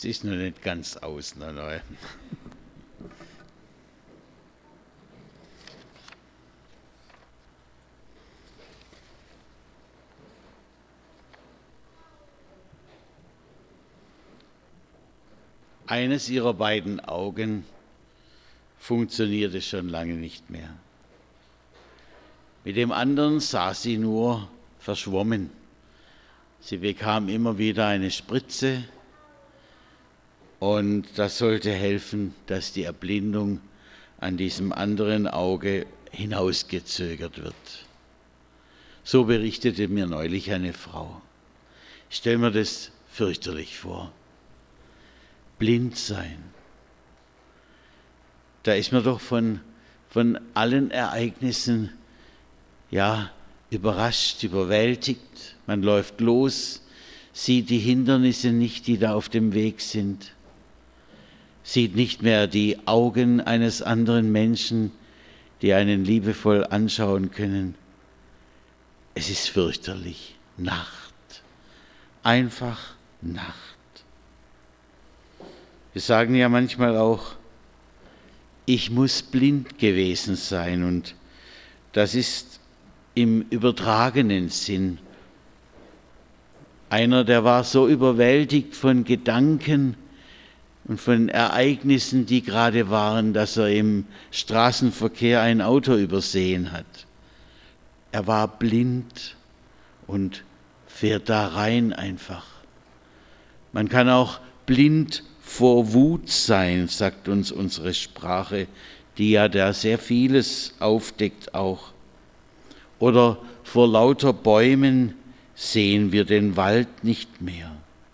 Es ist noch nicht ganz aus. Nein. Eines ihrer beiden Augen funktionierte schon lange nicht mehr. Mit dem anderen sah sie nur verschwommen. Sie bekam immer wieder eine Spritze und das sollte helfen, dass die Erblindung an diesem anderen Auge hinausgezögert wird. So berichtete mir neulich eine Frau. Ich stelle mir das fürchterlich vor. Blind sein. Da ist man doch von allen Ereignissen überrascht, überwältigt. Man läuft los, sieht die Hindernisse nicht, die da auf dem Weg sind, sieht nicht mehr die Augen eines anderen Menschen, die einen liebevoll anschauen können. Es ist fürchterlich. Nacht. Einfach Nacht. Wir sagen ja manchmal auch, ich muss blind gewesen sein, und das ist im übertragenen Sinn. Einer, der war so überwältigt von Gedanken und von Ereignissen, die gerade waren, dass er im Straßenverkehr ein Auto übersehen hat. Er war blind und fährt da rein einfach. Man kann auch blind vor Wut sein, sagt uns unsere Sprache, die ja da sehr vieles aufdeckt auch. Oder vor lauter Bäumen sehen wir den Wald nicht mehr.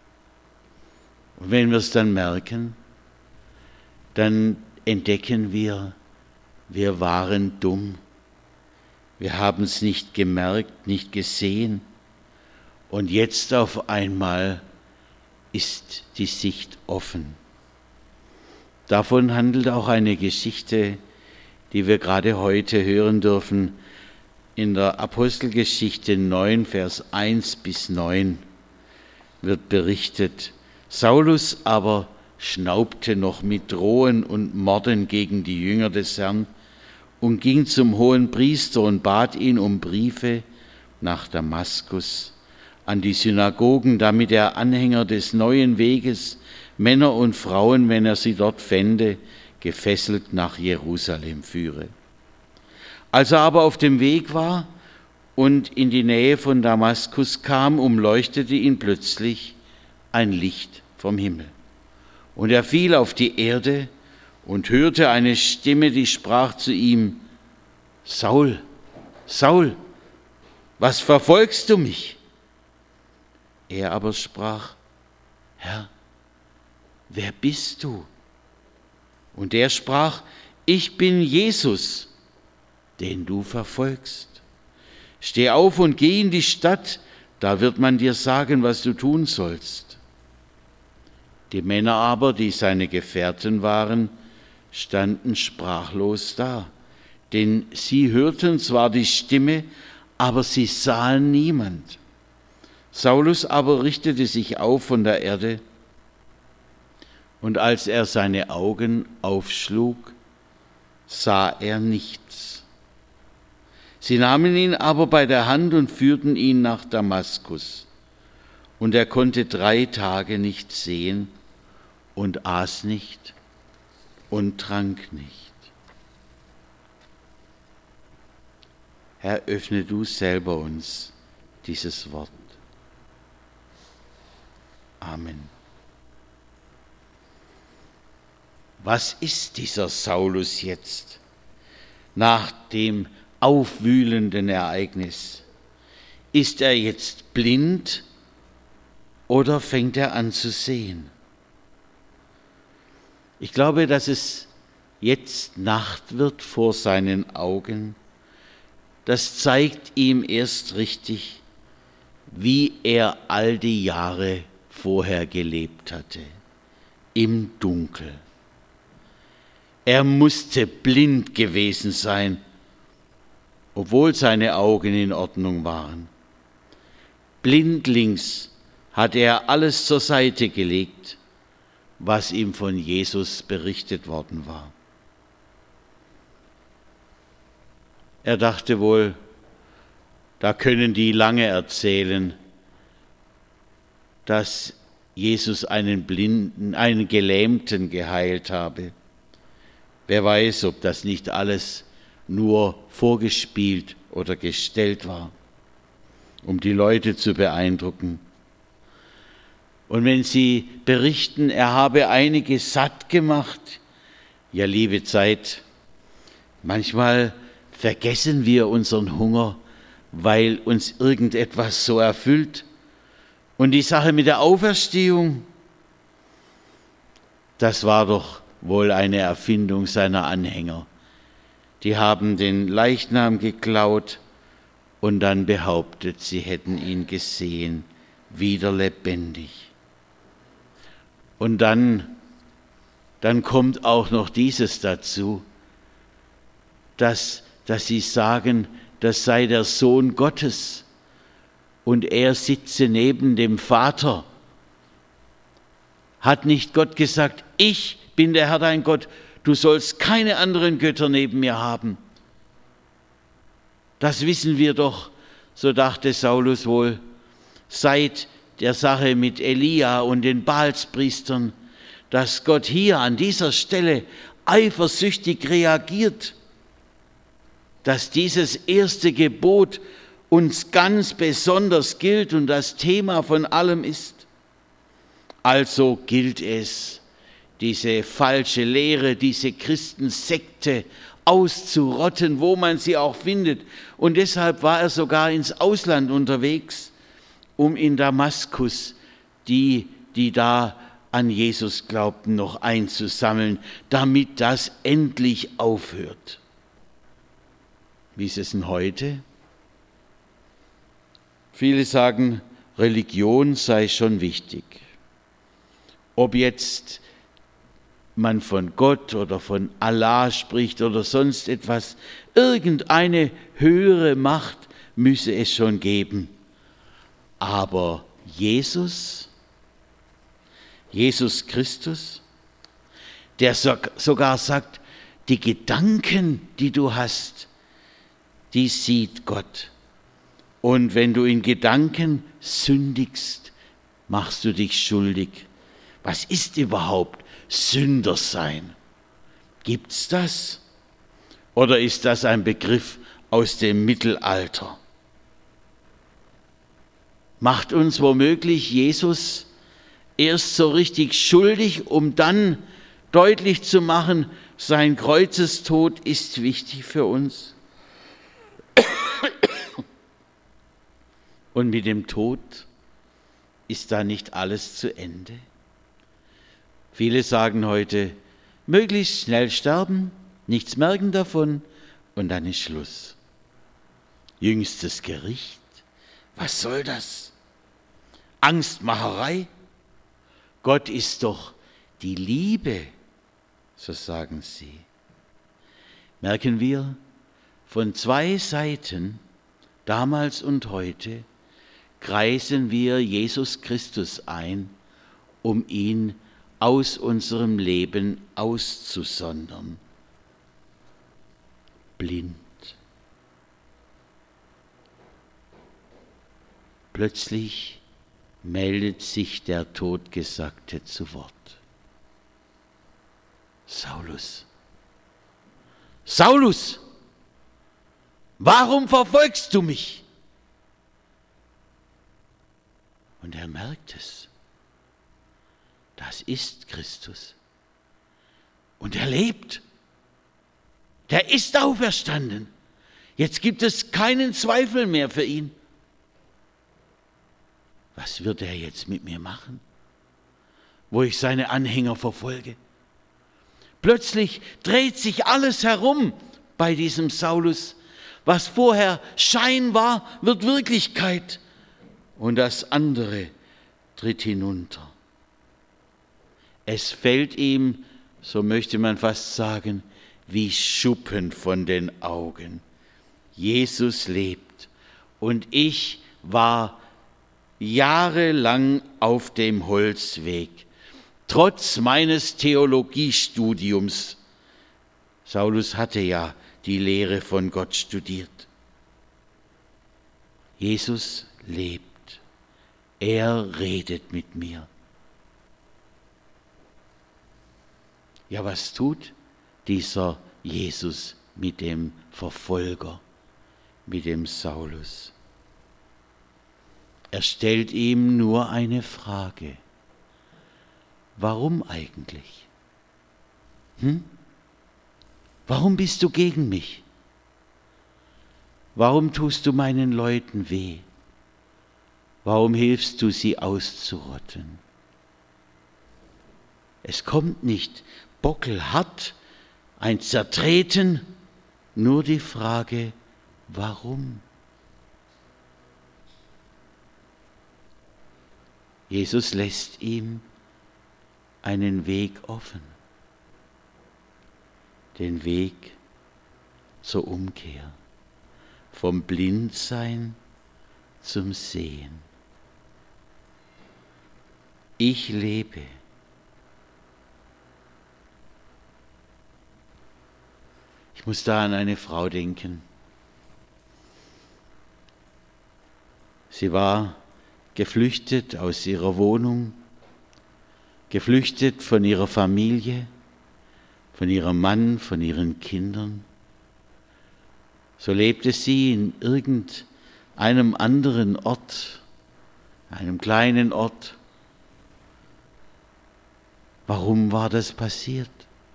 Und wenn wir es dann merken, dann entdecken wir waren dumm. Wir haben es nicht gemerkt, nicht gesehen. Und jetzt auf einmal ist die Sicht offen. Davon handelt auch eine Geschichte, die wir gerade heute hören dürfen. In der Apostelgeschichte 9, Vers 1 bis 9 wird berichtet: Saulus aber schnaubte noch mit Drohen und Morden gegen die Jünger des Herrn und ging zum Hohenpriester und bat ihn um Briefe nach Damaskus an die Synagogen, damit er Anhänger des neuen Weges, Männer und Frauen, wenn er sie dort fände, gefesselt nach Jerusalem führe. Als er aber auf dem Weg war und in die Nähe von Damaskus kam, umleuchtete ihn plötzlich ein Licht vom Himmel. Und er fiel auf die Erde und hörte eine Stimme, die sprach zu ihm: Saul, Saul, was verfolgst du mich? Er aber sprach: Herr, wer bist du? Und er sprach: Ich bin Jesus, den du verfolgst. Steh auf und geh in die Stadt, da wird man dir sagen, was du tun sollst. Die Männer aber, die seine Gefährten waren, standen sprachlos da, denn sie hörten zwar die Stimme, aber sie sahen niemand. Saulus aber richtete sich auf von der Erde, und als er seine Augen aufschlug, sah er nichts. Sie nahmen ihn aber bei der Hand und führten ihn nach Damaskus. Und er konnte 3 Tage nicht sehen und aß nicht und trank nicht. Herr, öffne du selber uns dieses Wort. Amen. Was ist dieser Saulus jetzt nach dem aufwühlenden Ereignis? Ist er jetzt blind oder fängt er an zu sehen? Ich glaube, dass es jetzt Nacht wird vor seinen Augen. Das zeigt ihm erst richtig, wie er all die Jahre vorher gelebt hatte, im Dunkel. Er musste blind gewesen sein, obwohl seine Augen in Ordnung waren. Blindlings hatte er alles zur Seite gelegt was ihm von Jesus berichtet worden war. Er dachte wohl, da können die lange erzählen, dass Jesus einen Blinden, einen Gelähmten geheilt habe. Wer weiß, ob das nicht alles nur vorgespielt oder gestellt war, um die Leute zu beeindrucken. Und wenn sie berichten, er habe einige satt gemacht, ja, liebe Zeit, manchmal vergessen wir unseren Hunger, weil uns irgendetwas so erfüllt. Und die Sache mit der Auferstehung, das war doch wohl eine Erfindung seiner Anhänger. Die haben den Leichnam geklaut und dann behauptet, sie hätten ihn gesehen, wieder lebendig. Und dann kommt auch noch dieses dazu, dass sie sagen, das sei der Sohn Gottes und er sitze neben dem Vater. Hat nicht Gott gesagt, ich bin der Herr dein Gott, du sollst keine anderen Götter neben mir haben? Das wissen wir doch, so dachte Saulus wohl, seit der Sache mit Elia und den Baalspriestern, dass Gott hier an dieser Stelle eifersüchtig reagiert, dass dieses erste Gebot uns ganz besonders gilt und das Thema von allem ist. Also gilt es, diese falsche Lehre, diese Christensekte auszurotten, wo man sie auch findet. Und deshalb war er sogar ins Ausland unterwegs, um in Damaskus die da an Jesus glaubten, noch einzusammeln, damit das endlich aufhört. Wie ist es denn heute? Viele sagen, Religion sei schon wichtig. Ob jetzt man von Gott oder von Allah spricht oder sonst etwas, irgendeine höhere Macht müsse es schon geben. Aber Jesus Christus, der sogar sagt, die Gedanken, die du hast, die sieht Gott. Und wenn du in Gedanken sündigst, machst du dich schuldig. Was ist überhaupt Sünder sein? Gibt's das? Oder ist das ein Begriff aus dem Mittelalter? Macht uns womöglich Jesus erst so richtig schuldig, um dann deutlich zu machen, sein Kreuzestod ist wichtig für uns. Und mit dem Tod ist da nicht alles zu Ende? Viele sagen heute, möglichst schnell sterben, nichts merken davon und dann ist Schluss. Jüngstes Gericht, was soll das? Angstmacherei? Gott ist doch die Liebe, so sagen sie. Merken wir, von zwei Seiten, damals und heute, kreisen wir Jesus Christus ein, um ihn aus unserem Leben auszusondern. Blind. Plötzlich meldet sich der Totgesagte zu Wort. Saulus, Saulus, warum verfolgst du mich? Und er merkt es. Das ist Christus. Und er lebt. Der ist auferstanden. Jetzt gibt es keinen Zweifel mehr für ihn. Was wird er jetzt mit mir machen, wo ich seine Anhänger verfolge? Plötzlich dreht sich alles herum bei diesem Saulus. Was vorher Schein war, wird Wirklichkeit. Und das andere tritt hinunter. Es fällt ihm, so möchte man fast sagen, wie Schuppen von den Augen. Jesus lebt und ich war jahrelang auf dem Holzweg. trotz meines Theologiestudiums. Saulus hatte ja die Lehre von Gott studiert. Jesus lebt. Er redet mit mir. Ja, was tut dieser Jesus mit dem Verfolger, mit dem Saulus? Er stellt ihm nur eine Frage. Warum eigentlich? Warum bist du gegen mich? Warum tust du meinen Leuten weh? Warum hilfst du, sie auszurotten? Es kommt nicht bockelhart, ein Zertreten, nur die Frage, warum? Jesus lässt ihm einen Weg offen, den Weg zur Umkehr, vom Blindsein zum Sehen. Ich lebe. Ich muss da an eine Frau denken. Sie war geflüchtet aus ihrer Wohnung, geflüchtet von ihrer Familie, von ihrem Mann, von ihren Kindern. So lebte sie in irgendeinem anderen Ort, einem kleinen Ort. Warum war das passiert?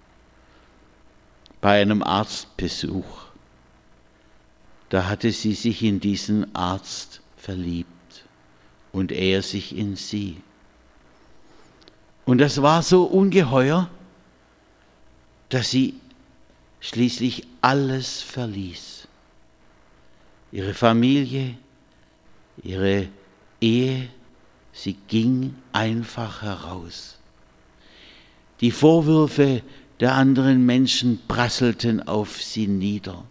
Bei einem Arztbesuch. Da hatte sie sich in diesen Arzt verliebt und er sich in sie. Und das war so ungeheuer, dass sie schließlich alles verließ. Ihre Familie, ihre Ehe, sie ging einfach heraus. Die Vorwürfe der anderen Menschen prasselten auf sie nieder.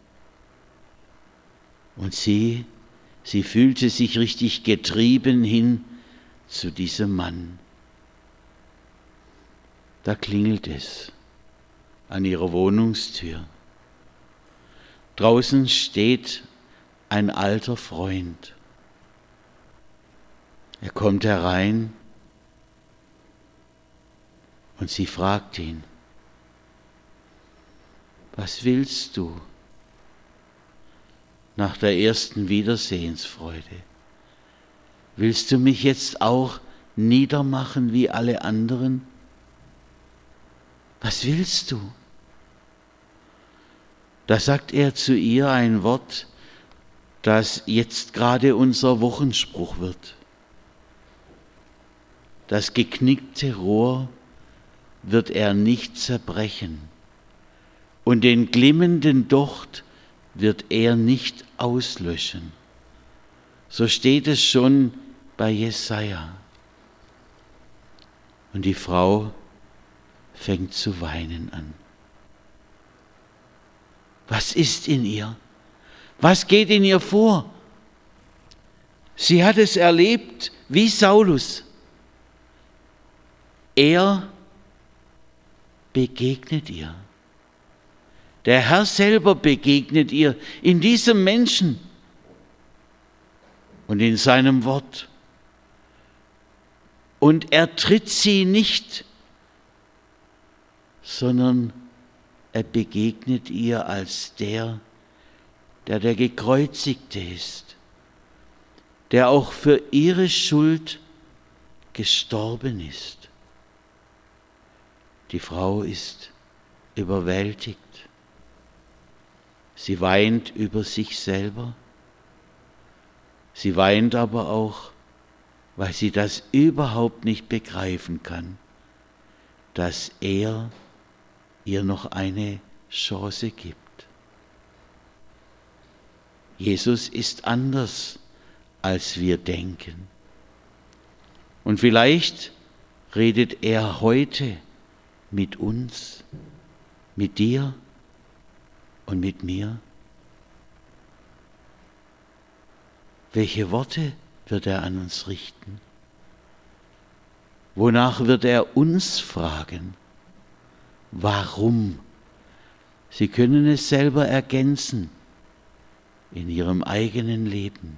Und sie fühlte sich richtig getrieben hin zu diesem Mann. Da klingelt es an ihrer Wohnungstür. Draußen steht ein alter Freund. Er kommt herein und sie fragt ihn, was willst du nach der ersten Wiedersehensfreude? Willst du mich jetzt auch niedermachen wie alle anderen? Was willst du? Da sagt er zu ihr ein Wort, das jetzt gerade unser Wochenspruch wird. Das geknickte Rohr wird er nicht zerbrechen und den glimmenden Docht wird er nicht auslöschen. So steht es schon bei Jesaja. Und die Frau fängt zu weinen an. Was ist in ihr? Was geht in ihr vor? Sie hat es erlebt wie Saulus. Er begegnet ihr. Der Herr selber begegnet ihr in diesem Menschen und in seinem Wort. Und er tritt sie nicht, sondern er begegnet ihr als der Gekreuzigte ist, der auch für ihre Schuld gestorben ist. Die Frau ist überwältigt. Sie weint über sich selber. Sie weint aber auch, weil sie das überhaupt nicht begreifen kann, dass er ihr noch eine Chance gibt. Jesus ist anders, als wir denken. Und vielleicht redet er heute mit uns, mit dir und mit mir. Welche Worte wird er an uns richten? Wonach wird er uns fragen? Warum? Sie können es selber ergänzen in ihrem eigenen Leben.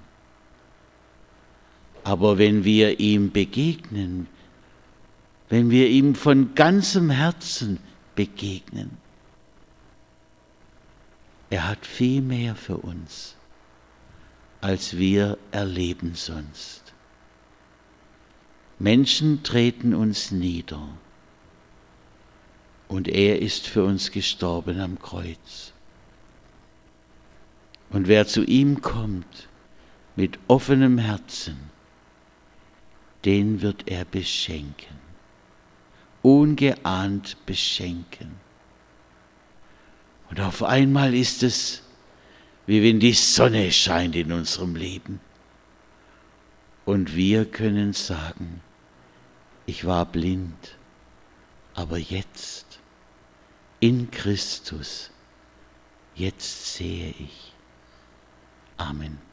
Aber wenn wir ihm begegnen, wenn wir ihm von ganzem Herzen begegnen, er hat viel mehr für uns, als wir erleben sonst. Menschen treten uns nieder und er ist für uns gestorben am Kreuz. Und wer zu ihm kommt mit offenem Herzen, den wird er beschenken, ungeahnt beschenken. Und auf einmal ist es, wie wenn die Sonne scheint in unserem Leben. Und wir können sagen, ich war blind, aber jetzt, in Christus, jetzt sehe ich. Amen.